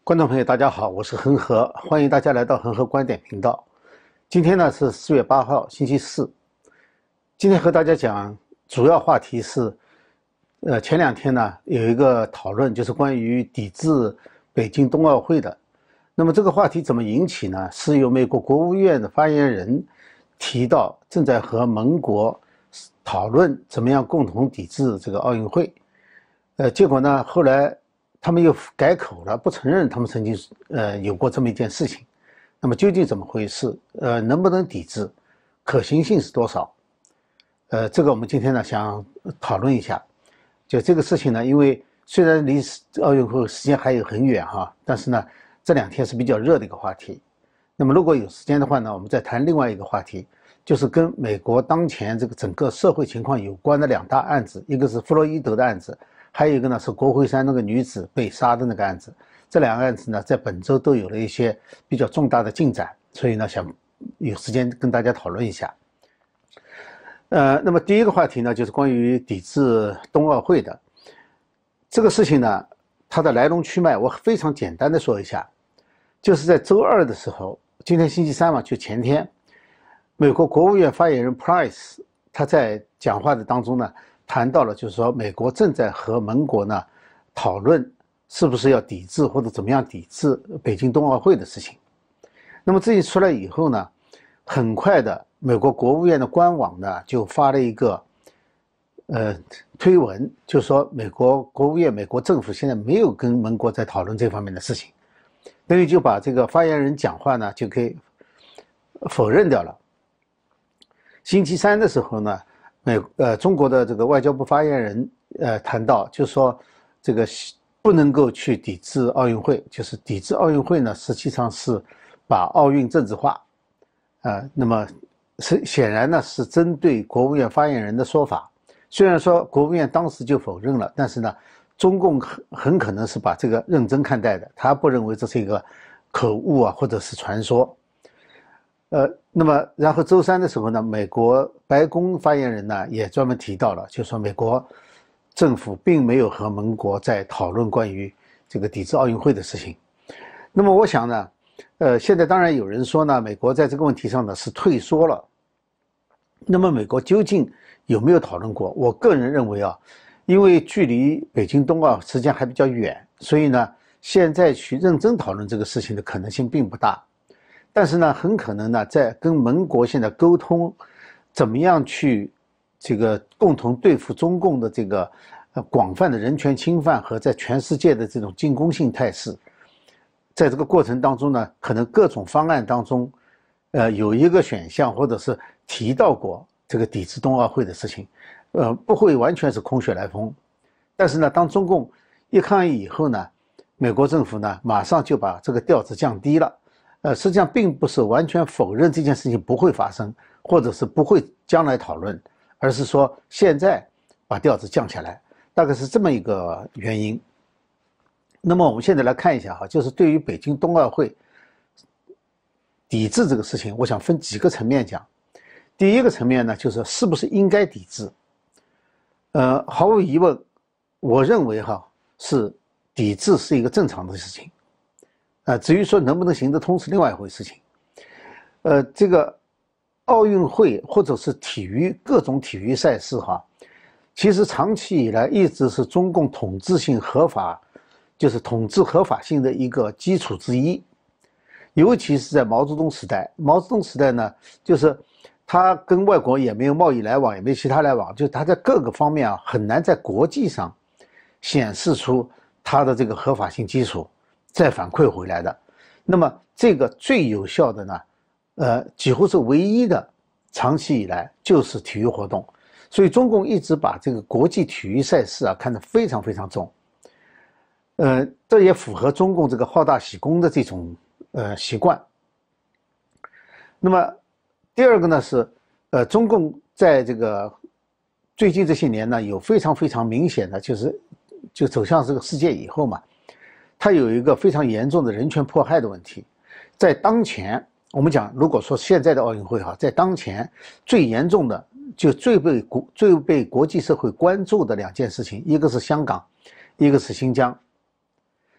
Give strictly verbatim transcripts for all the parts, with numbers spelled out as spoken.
观众朋友，大家好，我是恒河，欢迎大家来到恒河观点频道。今天呢是四月八号，星期四。今天和大家讲主要话题是，呃，前两天呢有一个讨论，就是关于抵制北京冬奥会的。那么这个话题怎么引起呢？是由美国国务院的发言人提到，正在和盟国讨论怎么样共同抵制这个奥运会。呃，结果呢，后来他们又改口了，不承认他们曾经呃有过这么一件事情。那么究竟怎么回事？呃，能不能抵制？可行性是多少？呃，这个我们今天呢想讨论一下。就这个事情呢，因为虽然离奥运会时间还有很远哈，但是呢这两天是比较热的一个话题。那么如果有时间的话呢，我们再谈另外一个话题，就是跟美国当前这个整个社会情况有关的两大案子，一个是弗洛伊德的案子。还有一个呢是国会山那个女子被杀的那个案子，这两个案子呢在本周都有了一些比较重大的进展，所以呢想有时间跟大家讨论一下。呃，那么第一个话题呢就是关于抵制冬奥会的这个事情呢，它的来龙去脉我非常简单的说一下，就是在周二的时候，今天星期三嘛，就前天，美国国务院发言人 Price 他在讲话的当中呢。谈到了，就是说，美国正在和盟国呢讨论是不是要抵制或者怎么样抵制北京冬奥会的事情。那么这一出来以后呢，很快的，美国国务院的官网呢就发了一个呃推文，就是说美国国务院、美国政府现在没有跟盟国在讨论这方面的事情，等于就把这个发言人讲话呢就可以否认掉了。星期三的时候呢。美呃，中国的这个外交部发言人呃谈到，就是说这个不能够去抵制奥运会，就是抵制奥运会呢，实际上是把奥运政治化，呃，那么是显然呢是针对国务院发言人的说法。虽然说国务院当时就否认了，但是呢，中共很很可能是把这个认真看待的，他不认为这是一个口误啊，或者是传说。呃，那么然后周三的时候呢，美国白宫发言人呢也专门提到了，就说美国政府并没有和盟国在讨论关于这个抵制奥运会的事情。那么我想呢，呃，现在当然有人说呢，美国在这个问题上呢是退缩了。那么美国究竟有没有讨论过？我个人认为啊，因为距离北京冬奥时间还比较远，所以呢，现在去认真讨论这个事情的可能性并不大。但是呢，很可能呢，在跟盟国现在沟通，怎么样去这个共同对付中共的这个呃广泛的人权侵犯和在全世界的这种进攻性态势，在这个过程当中呢，可能各种方案当中，呃，有一个选项或者是提到过这个抵制冬奥会的事情，呃，不会完全是空穴来风。但是呢，当中共一抗议以后呢，美国政府呢马上就把这个调子降低了。呃，实际上并不是完全否认这件事情不会发生，或者是不会将来讨论，而是说现在把调子降下来，大概是这么一个原因。那么我们现在来看一下哈，就是对于北京冬奥会抵制这个事情，我想分几个层面讲。第一个层面呢，就是是不是应该抵制？呃，毫无疑问，我认为哈是抵制是一个正常的事情。啊，至于说能不能行得通是另外一回事情。呃，这个奥运会或者是体育各种体育赛事哈，其实长期以来一直是中共统治性合法，就是统治合法性的一个基础之一。尤其是在毛泽东时代，毛泽东时代呢，就是他跟外国也没有贸易来往，也没有其他来往，就是他在各个方面啊很难在国际上显示出他的这个合法性基础。再反馈回来的，那么这个最有效的呢，呃，几乎是唯一的，长期以来就是体育活动，所以中共一直把这个国际体育赛事啊看得非常非常重，呃，这也符合中共这个好大喜功的这种呃习惯。那么第二个呢是，呃，中共在这个最近这些年呢，有非常非常明显的，就是就走向这个世界以后嘛。它有一个非常严重的人权迫害的问题，在当前我们讲，如果说现在的奥运会哈，在当前最严重的就最被国最被国际社会关注的两件事情，一个是香港，一个是新疆。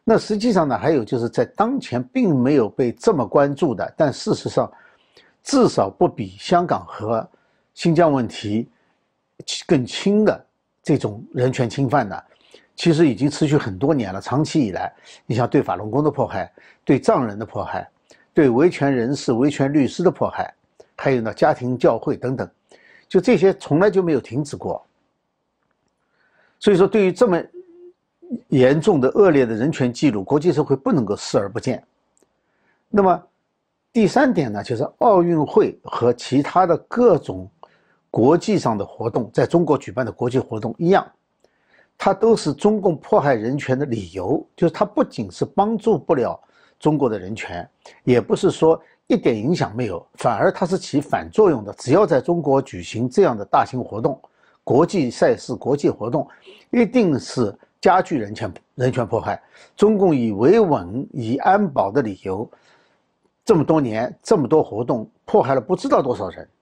那实际上呢，还有就是在当前并没有被这么关注的，但事实上至少不比香港和新疆问题更轻的这种人权侵犯呢，其实已经持续很多年了。长期以来，你像对法轮功的迫害，对藏人的迫害，对维权人士、维权律师的迫害，还有呢家庭教会等等，就这些从来就没有停止过。所以说，对于这么严重的恶劣的人权记录，国际社会不能够视而不见。那么第三点呢，就是奥运会和其他的各种国际上的活动，在中国举办的国际活动一样，它都是中共迫害人权的理由。就是它不仅是帮助不了中国的人权，也不是说一点影响没有，反而它是起反作用的。只要在中国举行这样的大型活动、国际赛事、国际活动，一定是加剧人权人权迫害。中共以维稳、以安保的理由，这么多年这么多活动，迫害了不知道多少人。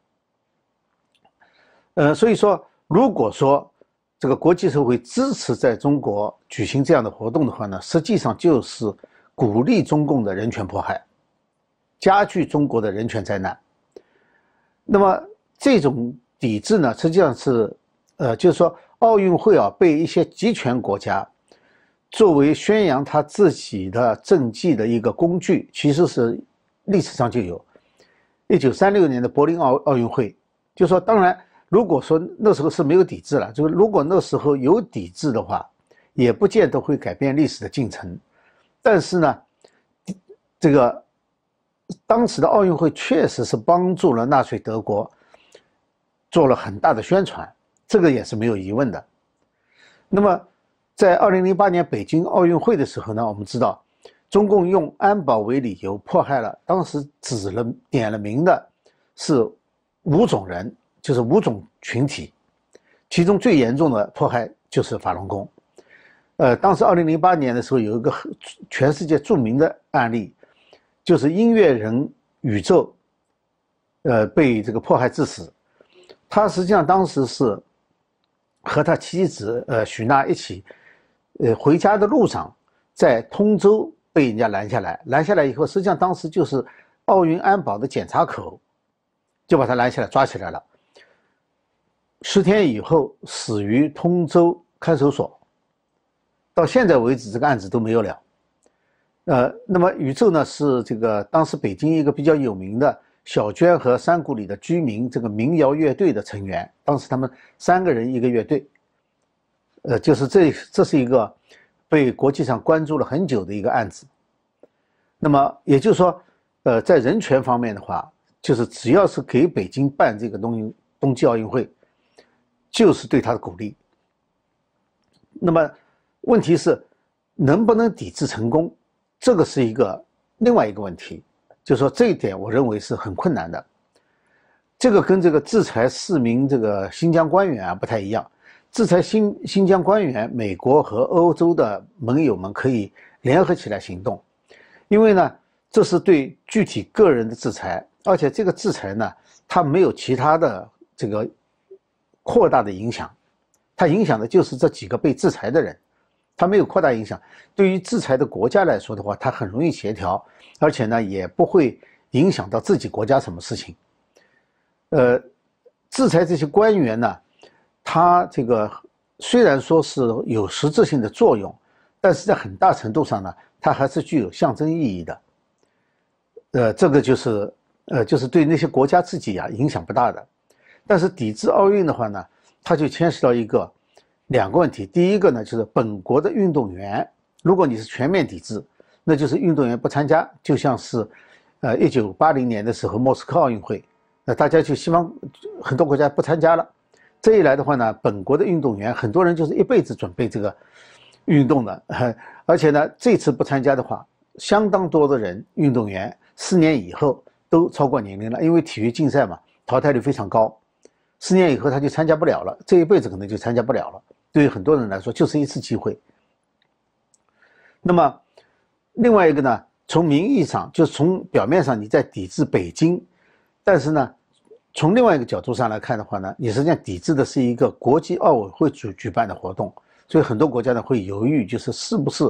呃，所以说，如果说这个国际社会支持在中国举行这样的活动的话呢，实际上就是鼓励中共的人权迫害，加剧中国的人权灾难。那么这种抵制呢，实际上是，呃，就是说奥运会啊，被一些集权国家作为宣扬他自己的政绩的一个工具，其实是历史上就有。一九三六年的柏林奥奥运会，就说当然，如果说那时候是没有抵制了，就是如果那时候有抵制的话，也不见得会改变历史的进程。但是呢，这个当时的奥运会确实是帮助了纳粹德国做了很大的宣传，这个也是没有疑问的。那么在二零零八年北京奥运会的时候呢，我们知道中共用安保为理由迫害了，当时指了点了名的是五种人，就是五种群体，其中最严重的迫害就是法轮功。呃，当时二零零八年的时候有一个全世界著名的案例，就是音乐人宇宙，呃，被这个迫害致死。他实际上当时是和他妻子呃许娜一起，呃回家的路上，在通州被人家拦下来，拦下来以后，实际上当时就是奥运安保的检查口，就把他拦下来抓起来了。十天以后死于通州看守所。到现在为止，这个案子都没有了。呃，那么宇宙呢是这个当时北京一个比较有名的小娟和山谷里的居民这个民谣乐队的成员，当时他们三个人一个乐队，呃，就是这这是一个被国际上关注了很久的一个案子。那么也就是说，呃，在人权方面的话，就是只要是给北京办这个冬冬季奥运会，就是对他的鼓励。那么问题是能不能抵制成功，这个是一个另外一个问题，就是说这一点我认为是很困难的。这个跟这个制裁四名这个新疆官员啊不太一样。制裁新新疆官员，美国和欧洲的盟友们可以联合起来行动，因为呢这是对具体个人的制裁，而且这个制裁呢它没有其他的这个扩大的影响，它影响的就是这几个被制裁的人。它没有扩大影响，对于制裁的国家来说的话，它很容易协调，而且呢也不会影响到自己国家什么事情。呃，制裁这些官员呢，他这个虽然说是有实质性的作用，但是在很大程度上呢，它还是具有象征意义的。呃，这个就是呃就是对那些国家自己啊影响不大的。但是抵制奥运的话呢，它就牵涉到一个两个问题。第一个呢，就是本国的运动员，如果你是全面抵制，那就是运动员不参加，就像是呃一九八零年的时候莫斯科奥运会，那大家就西方很多国家不参加了。这一来的话呢，本国的运动员很多人就是一辈子准备这个运动的，而且呢这次不参加的话，相当多的人运动员四年以后都超过年龄了，因为体育竞赛嘛，淘汰率非常高，四年以后他就参加不了了，这一辈子可能就参加不了了。对于很多人来说，就是一次机会。那么，另外一个呢，从名义上，就是从表面上你在抵制北京，但是呢，从另外一个角度上来看的话呢，你实际上抵制的是一个国际奥委会举举办的活动，所以很多国家呢会犹豫，就是是不是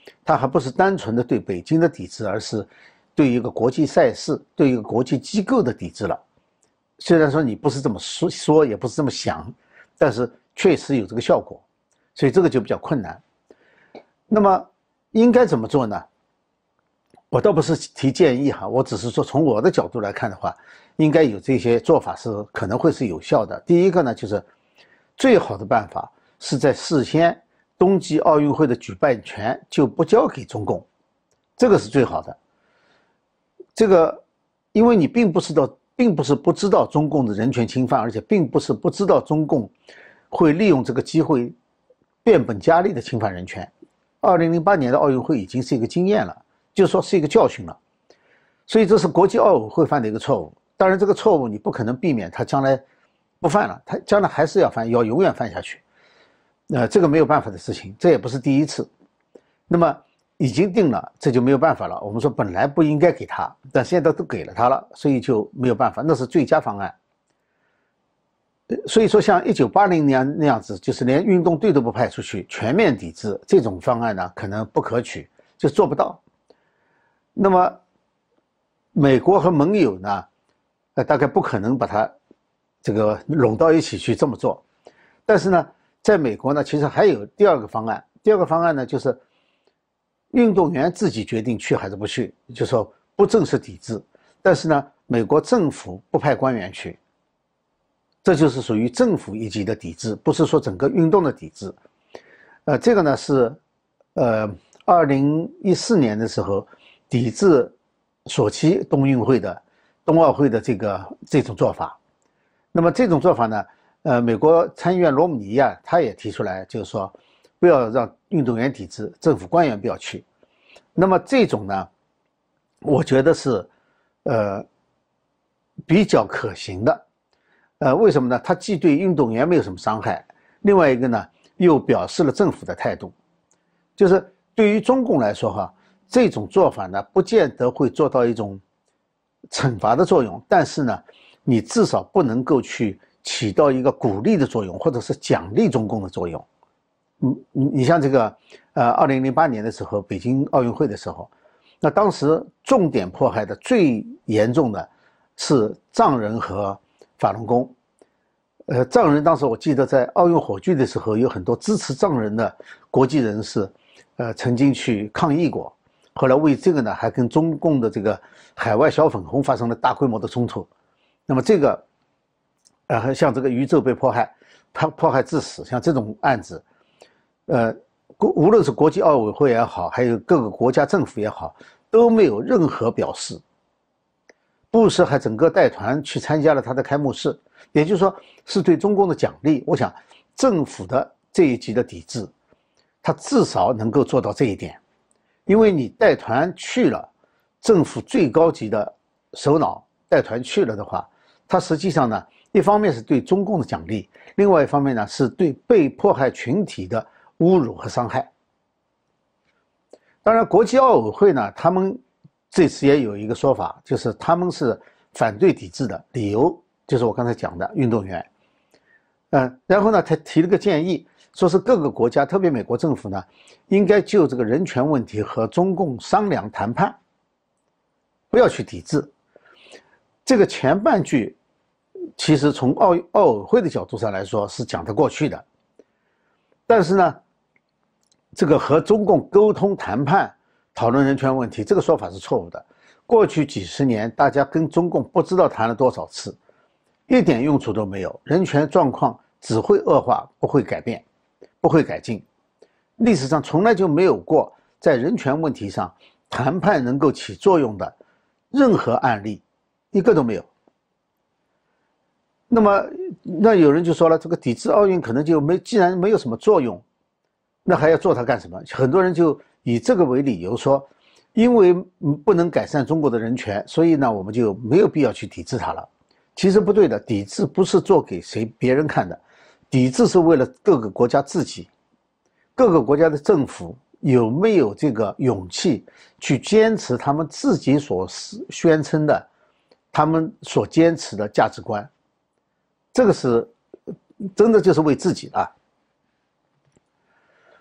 它还不是单纯的对北京的抵制，而是对一个国际赛事、对一个国际机构的抵制了。虽然说你不是这么说，说也不是这么想，但是确实有这个效果，所以这个就比较困难。那么应该怎么做呢？我倒不是提建议哈，我只是说从我的角度来看的话，应该有这些做法是可能会是有效的。第一个呢，就是最好的办法是在事先冬季奥运会的举办权就不交给中共，这个是最好的。这个因为你并不知道，并不是不知道中共的人权侵犯，而且并不是不知道中共会利用这个机会变本加厉的侵犯人权。二零零八年的奥运会已经是一个经验了，就说是一个教训了，所以这是国际奥委会犯的一个错误。当然，这个错误你不可能避免他将来不犯了，他将来还是要犯，要永远犯下去。呃，这个没有办法的事情，这也不是第一次。那么已经定了，这就没有办法了。我们说本来不应该给他，但现在都给了他了，所以就没有办法，那是最佳方案。所以说，像一九八零年那样子，就是连运动队都不派出去，全面抵制这种方案呢，可能不可取，就做不到。那么，美国和盟友呢，呃，大概不可能把它这个拢到一起去这么做。但是呢，在美国呢，其实还有第二个方案。第二个方案呢，就是运动员自己决定去还是不去，就说不正式抵制，但是呢，美国政府不派官员去。这就是属于政府一级的抵制，不是说整个运动的抵制。呃，这个呢是，呃，二零一四年的时候抵制索契冬运会的、冬奥会的这个这种做法。那么这种做法呢，呃，美国参议院罗姆尼啊，他也提出来，就是说不要让运动员抵制，政府官员不要去。那么这种呢，我觉得是，呃，比较可行的。呃，为什么呢？它既对运动员没有什么伤害，另外一个呢，又表示了政府的态度，就是对于中共来说哈，这种做法呢，不见得会做到一种惩罚的作用，但是呢，你至少不能够去起到一个鼓励的作用，或者是奖励中共的作用。嗯，你你像这个，呃，二零零八年的时候，北京奥运会的时候，那当时重点迫害的最严重的是藏人和法轮功。呃，藏人当时我记得在奥运火炬的时候，有很多支持藏人的国际人士，呃，曾经去抗议过。后来为这个呢，还跟中共的这个海外小粉红发生了大规模的冲突。那么这个，呃，像这个宇宙被迫害、迫迫害致死，像这种案子，呃，无论是国际奥委会也好，还有各个国家政府也好，都没有任何表示。布什还整个带团去参加了他的开幕式，也就是说是对中共的奖励。我想政府的这一级的抵制，他至少能够做到这一点，因为你带团去了，政府最高级的首脑带团去了的话，他实际上呢，一方面是对中共的奖励，另外一方面呢，是对被迫害群体的侮辱和伤害。当然，国际奥委会呢，他们这次也有一个说法，就是他们是反对抵制的，理由就是我刚才讲的运动员。嗯，然后呢，他提了个建议，说是各个国家，特别美国政府呢，应该就这个人权问题和中共商量谈判，不要去抵制。这个前半句，其实从奥奥委会的角度上来说是讲得过去的，但是呢，这个和中共沟通谈判。讨论人权问题，这个说法是错误的。过去几十年，大家跟中共不知道谈了多少次，一点用处都没有，人权状况只会恶化，不会改变，不会改进。历史上从来就没有过在人权问题上谈判能够起作用的任何案例，一个都没有。那么，那有人就说了，这个抵制奥运可能就没，既然没有什么作用，那还要做它干什么？很多人就以这个为理由说，因为不能改善中国的人权，所以呢，我们就没有必要去抵制它了。其实不对的，抵制不是做给谁别人看的，抵制是为了各个国家自己，各个国家的政府有没有这个勇气去坚持他们自己所宣称的、他们所坚持的价值观，这个是真的就是为自己的。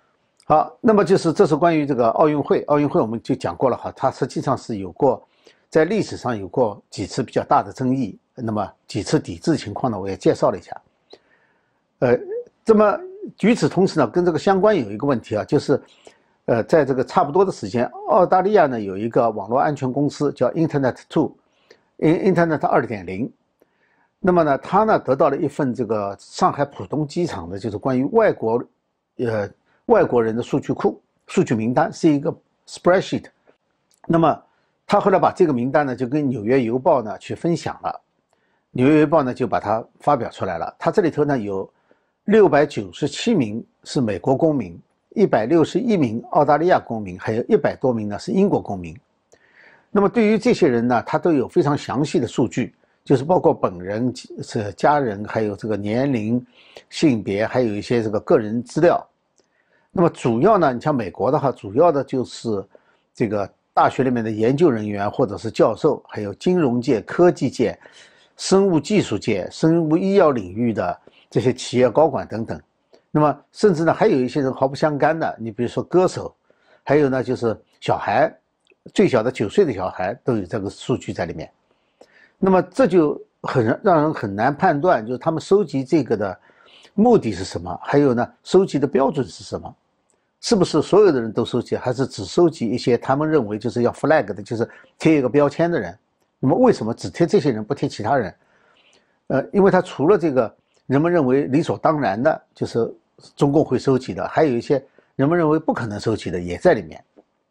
好，那么就是这是关于这个奥运会，奥运会我们就讲过了哈，它实际上是有过在历史上有过几次比较大的争议，那么几次抵制情况呢，我也介绍了一下。呃，这么与此同时呢，跟这个相关有一个问题啊，就是，呃，在这个差不多的时间，澳大利亚呢有一个网络安全公司叫 Internet Two，Internet 二点零。那么呢，他呢得到了一份这个上海浦东机场的，就是关于外国，呃，外国人的数据库数据名单，是一个 spreadsheet。那么他后来把这个名单呢，就跟纽约邮报呢去分享了，纽约邮报呢就把它发表出来了。它这里头呢有六百九十七名是美国公民，一百六十一名澳大利亚公民，还有一百多名呢是英国公民。那么对于这些人呢，他都有非常详细的数据。就是包括本人、是家人，还有这个年龄、性别，还有一些这个个人资料。那么主要呢，你像美国的话，主要的就是这个大学里面的研究人员或者是教授，还有金融界、科技界、生物技术界、生物医药领域的这些企业高管等等。那么甚至呢，还有一些人毫不相干的，你比如说歌手，还有呢就是小孩，最小的九岁的小孩都有这个数据在里面。那么这就很让人很难判断，就是他们收集这个的目的是什么，还有呢，收集的标准是什么？是不是所有的人都收集，还是只收集一些他们认为就是要 flag 的，就是贴一个标签的人？那么为什么只贴这些人，不贴其他人？呃，因为他除了这个人们认为理所当然的，就是中共会收集的，还有一些人们认为不可能收集的也在里面。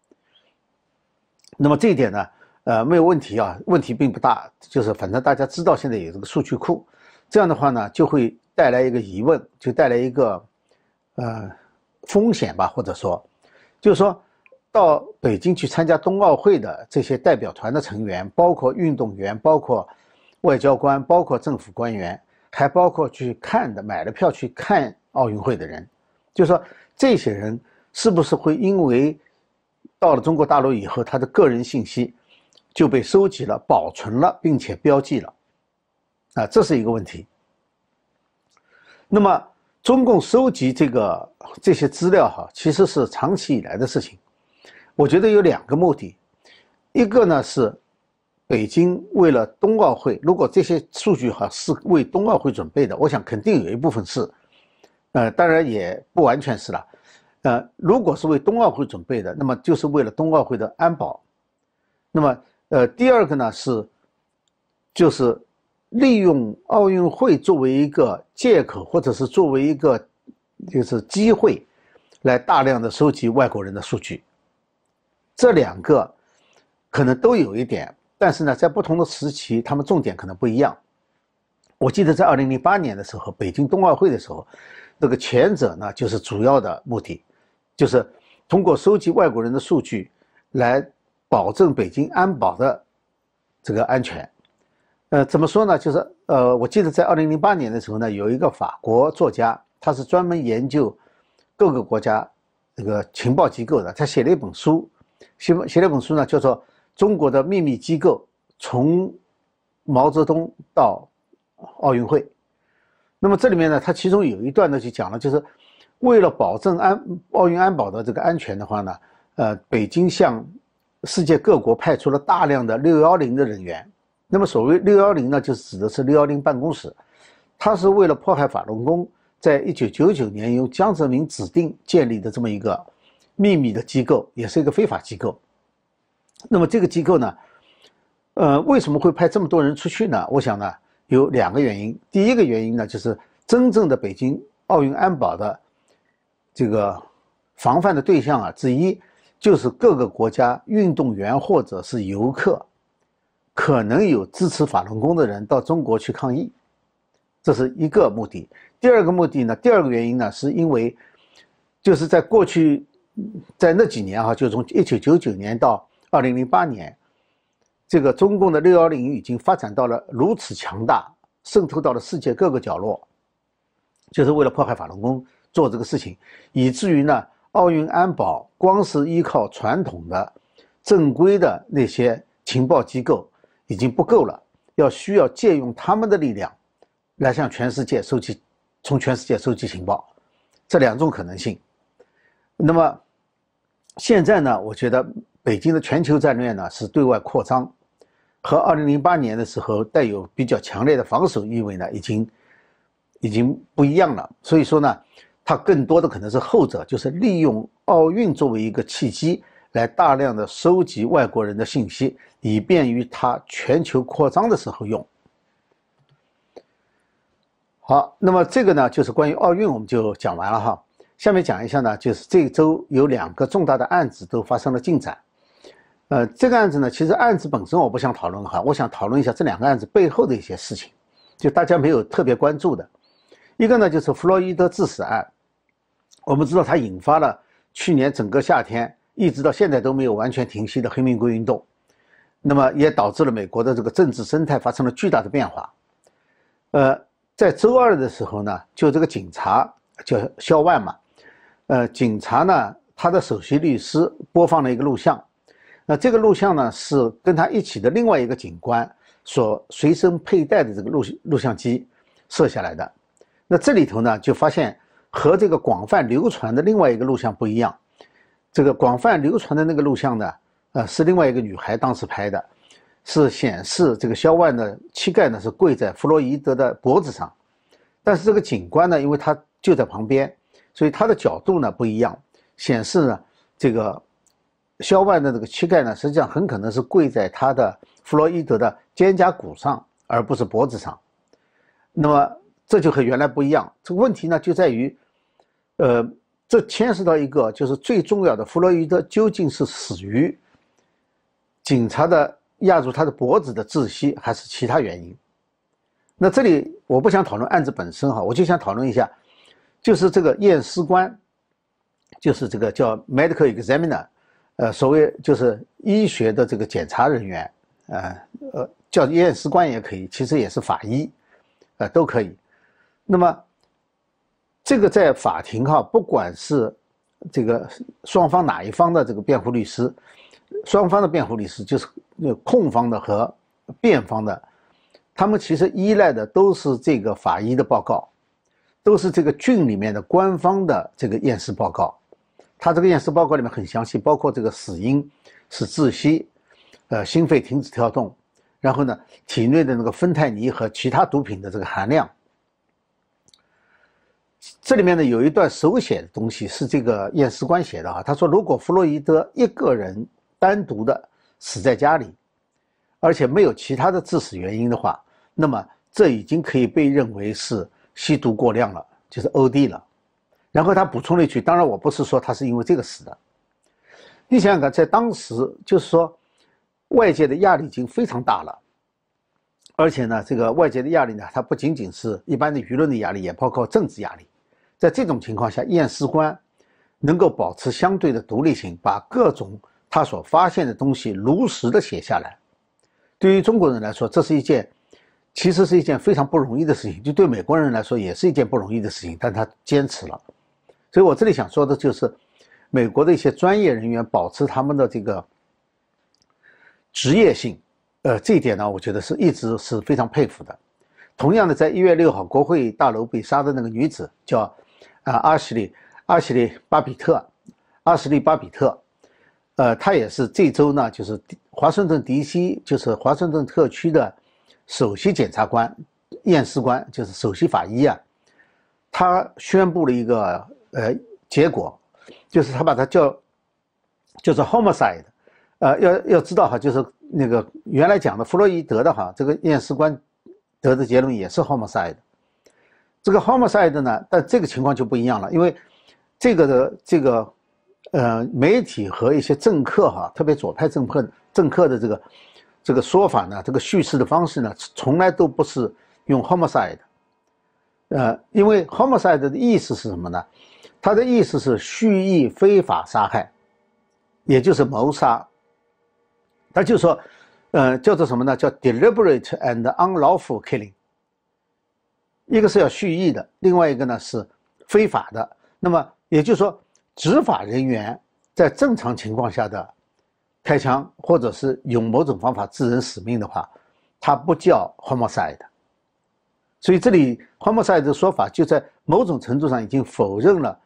那么这一点呢？呃，没有问题啊，问题并不大，就是反正大家知道现在有这个数据库，这样的话呢，就会带来一个疑问，就带来一个呃风险吧，或者说，就是说到北京去参加冬奥会的这些代表团的成员，包括运动员，包括外交官，包括政府官员，还包括去看的买了票去看奥运会的人，就是说这些人是不是会因为到了中国大陆以后，他的个人信息就被收集了、保存了，并且标记了，啊，这是一个问题。那么，中共收集这个这些资料哈，其实是长期以来的事情。我觉得有两个目的，一个呢是北京为了冬奥会，如果这些数据哈是为冬奥会准备的，我想肯定有一部分是，呃，当然也不完全是了。呃，如果是为冬奥会准备的，那么就是为了冬奥会的安保。那么呃，第二个呢是，就是利用奥运会作为一个借口，或者是作为一个就是机会，来大量的收集外国人的数据。这两个可能都有一点，但是呢，在不同的时期，他们重点可能不一样。我记得在二零零八年的时候，北京冬奥会的时候，这个前者呢就是主要的目的，就是通过收集外国人的数据来保证北京安保的这个安全。呃，怎么说呢？就是呃，我记得在二零零八年的时候呢，有一个法国作家，他是专门研究各个国家这个情报机构的，他写了一本书，写写了一本书呢，叫做《中国的秘密机构：从毛泽东到奥运会》。那么这里面呢，他其中有一段呢，就讲了，就是为了保证安奥运安保的这个安全的话呢，呃，北京向世界各国派出了大量的六一零的人员。那么所谓六一零呢，就是指的是六一零办公室，它是为了迫害法轮功，在一九九九年由江泽民指定建立的这么一个秘密的机构，也是一个非法机构。那么这个机构呢，呃，为什么会派这么多人出去呢？我想呢，有两个原因。第一个原因呢，就是真正的北京奥运安保的这个防范的对象啊，之一就是各个国家运动员或者是游客，可能有支持法轮功的人到中国去抗议，这是一个目的。第二个目的呢，第二个原因呢，是因为就是在过去，在那几年哈、啊，就从一九九九年到二零零八年，这个中共的六一零已经发展到了如此强大，渗透到了世界各个角落，就是为了迫害法轮功做这个事情，以至于呢，奥运安保光是依靠传统的正规的那些情报机构已经不够了，要需要借用他们的力量来向全世界收集，从全世界收集情报，这两种可能性。 那么现在呢，我觉得北京的全球战略呢是对外扩张，和二零零八年的时候带有比较强烈的防守意味呢，已经已经不一样了。所以说呢，它更多的可能是后者，就是利用奥运作为一个契机，来大量的收集外国人的信息，以便于它全球扩张的时候用。好，那么这个呢，就是关于奥运我们就讲完了哈。下面讲一下呢，就是这周有两个重大的案子都发生了进展。呃，这个案子呢，其实案子本身我不想讨论哈，我想讨论一下这两个案子背后的一些事情，就大家没有特别关注的。一个呢，就是弗洛伊德致死案，我们知道它引发了去年整个夏天一直到现在都没有完全停息的黑名贵运动，那么也导致了美国的这个政治生态发生了巨大的变化。呃，在周二的时候呢，就这个警察叫肖万嘛，呃，警察呢，他的首席律师播放了一个录像，那这个录像呢是跟他一起的另外一个警官所随身佩戴的这个录录像机摄下来的。那这里头呢，就发现和这个广泛流传的另外一个录像不一样。这个广泛流传的那个录像呢，呃，是另外一个女孩当时拍的，是显示这个肖万的膝盖呢是跪在弗洛伊德的脖子上，但是这个警官呢，因为他就在旁边，所以他的角度呢不一样，显示呢这个肖万的这个膝盖呢，实际上很可能是跪在他的弗洛伊德的肩胛骨上，而不是脖子上。那么这就和原来不一样。这个问题呢就在于，呃，这牵涉到一个就是最重要的，弗洛伊德究竟是死于警察的压住他的脖子的窒息，还是其他原因？那这里我不想讨论案子本身哈，我就想讨论一下，就是这个验尸官，就是这个叫 medical examiner， 呃，所谓就是医学的这个检查人员，呃呃，叫验尸官也可以，其实也是法医，呃，都可以。那么这个在法庭哈，不管是这个双方哪一方的这个辩护律师，双方的辩护律师就是控方的和辩方的，他们其实依赖的都是这个法医的报告，都是这个郡里面的官方的这个验尸报告。他这个验尸报告里面很详细，包括这个死因是窒息，呃，心肺停止跳动，然后呢，体内的那个芬太尼和其他毒品的这个含量。这里面呢有一段手写的东西是这个验尸官写的啊，他说如果弗洛伊德一个人单独的死在家里，而且没有其他的致死原因的话，那么这已经可以被认为是吸毒过量了，就是 O D 了。然后他补充了一句，当然我不是说他是因为这个死的。你想想看，在当时就是说外界的压力已经非常大了，而且呢这个外界的压力呢，它不仅仅是一般的舆论的压力，也包括政治压力。在这种情况下，验尸官能够保持相对的独立性，把各种他所发现的东西如实的写下来，对于中国人来说，这是一件其实是一件非常不容易的事情，就对美国人来说也是一件不容易的事情，但他坚持了。所以我这里想说的就是美国的一些专业人员保持他们的这个职业性，呃，这一点呢，我觉得是一直是非常佩服的。同样的，在一月六号国会大楼被杀的那个女子叫啊阿什利阿什利巴比特，阿什利巴比特，呃，她也是这周呢，就是华盛顿 D C， 就是华盛顿特区的首席检察官、验尸官，就是首席法医啊，他宣布了一个呃结果，就是他把它叫就是 homicide， 呃，要要知道哈，就是那个原来讲的弗洛伊德的哈，这个验尸官得的结论也是 homicide。这个 homicide 呢，但这个情况就不一样了，因为这个的这个呃媒体和一些政客哈，特别左派政客政客的这个这个说法呢，这个叙事的方式呢，从来都不是用 homicide。呃，因为 homicide 的意思是什么呢？它的意思是蓄意非法杀害，也就是谋杀。他就说，呃，叫做什么呢？叫 deliberate and unlawful killing。一个是要蓄意的，另外一个呢是非法的。那么也就是说，执法人员在正常情况下的开枪，或者是用某种方法致人死命的话，它不叫 homicide。所以这里 homicide 的说法就在某种程度上已经否认了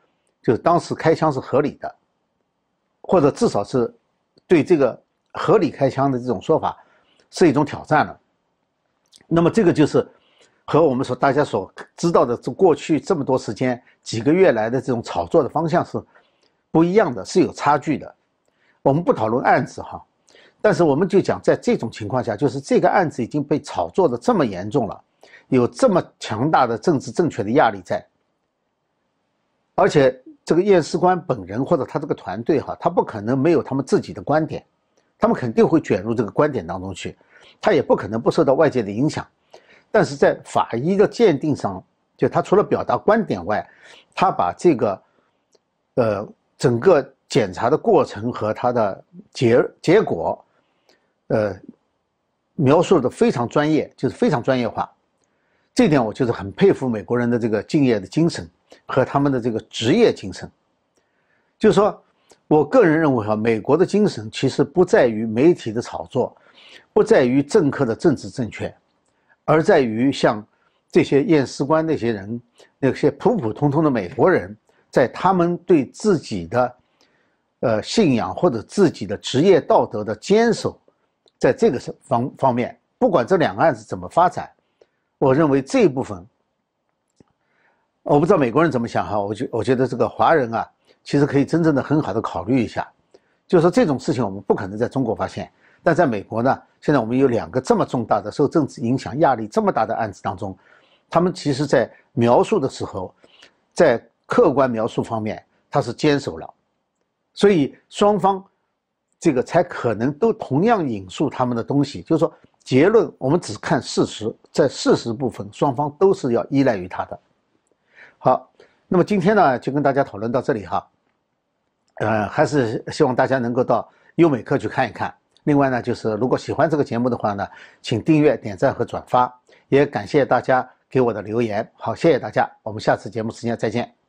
就是当时开枪是合理的，或者至少是对这个合理开枪的这种说法是一种挑战了。那么这个就是和我们所大家所知道的这过去这么多时间几个月来的这种炒作的方向是不一样的，是有差距的。我们不讨论案子哈，但是我们就讲在这种情况下，就是这个案子已经被炒作的这么严重了，有这么强大的政治正确的压力在，而且这个验尸官本人或者他这个团队哈，他不可能没有他们自己的观点，他们肯定会卷入这个观点当中去，他也不可能不受到外界的影响。但是在法医的鉴定上，就他除了表达观点外，他把这个呃整个检查的过程和他的结结果呃描述的非常专业，就是非常专业化。这点我就是很佩服美国人的这个敬业的精神和他们的这个职业精神。就是说我个人认为哈，美国的精神其实不在于媒体的炒作，不在于政客的政治正确，而在于像这些验尸官那些人，那些普普通通的美国人，在他们对自己的呃信仰或者自己的职业道德的坚守，在这个方方面，不管这两个案子怎么发展，我认为这一部分，我不知道美国人怎么想哈，我觉我觉得这个华人啊，其实可以真正的很好的考虑一下，就是说这种事情我们不可能在中国发现，但在美国呢，现在我们有两个这么重大的受政治影响压力这么大的案子当中，他们其实在描述的时候，在客观描述方面他是坚守了，所以双方这个才可能都同样引述他们的东西，就是说结论我们只看事实，在事实部分双方都是要依赖于他的。好，那么今天呢就跟大家讨论到这里哈，呃，还是希望大家能够到优美课去看一看。另外呢，就是如果喜欢这个节目的话呢，请订阅、点赞和转发，也感谢大家给我的留言。好，谢谢大家，我们下次节目时间再见。